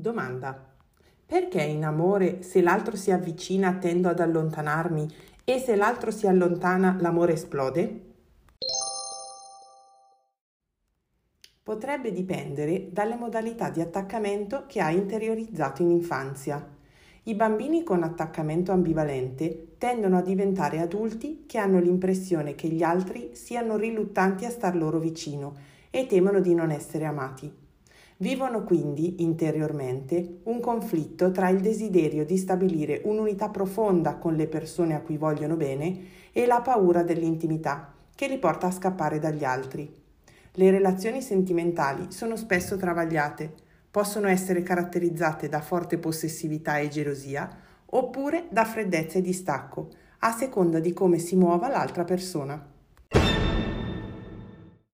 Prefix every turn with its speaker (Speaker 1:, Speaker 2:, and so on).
Speaker 1: Domanda: perché in amore se l'altro si avvicina tendo ad allontanarmi e se l'altro si allontana l'amore esplode? Potrebbe dipendere dalle modalità di attaccamento che hai interiorizzato in infanzia. I bambini con attaccamento ambivalente tendono a diventare adulti che hanno l'impressione che gli altri siano riluttanti a star loro vicino e temono di non essere amati. Vivono quindi interiormente un conflitto tra il desiderio di stabilire un'unità profonda con le persone a cui vogliono bene e la paura dell'intimità che li porta a scappare dagli altri. Le relazioni sentimentali sono spesso travagliate, possono essere caratterizzate da forte possessività e gelosia oppure da freddezza e distacco, a seconda di come si muova l'altra persona.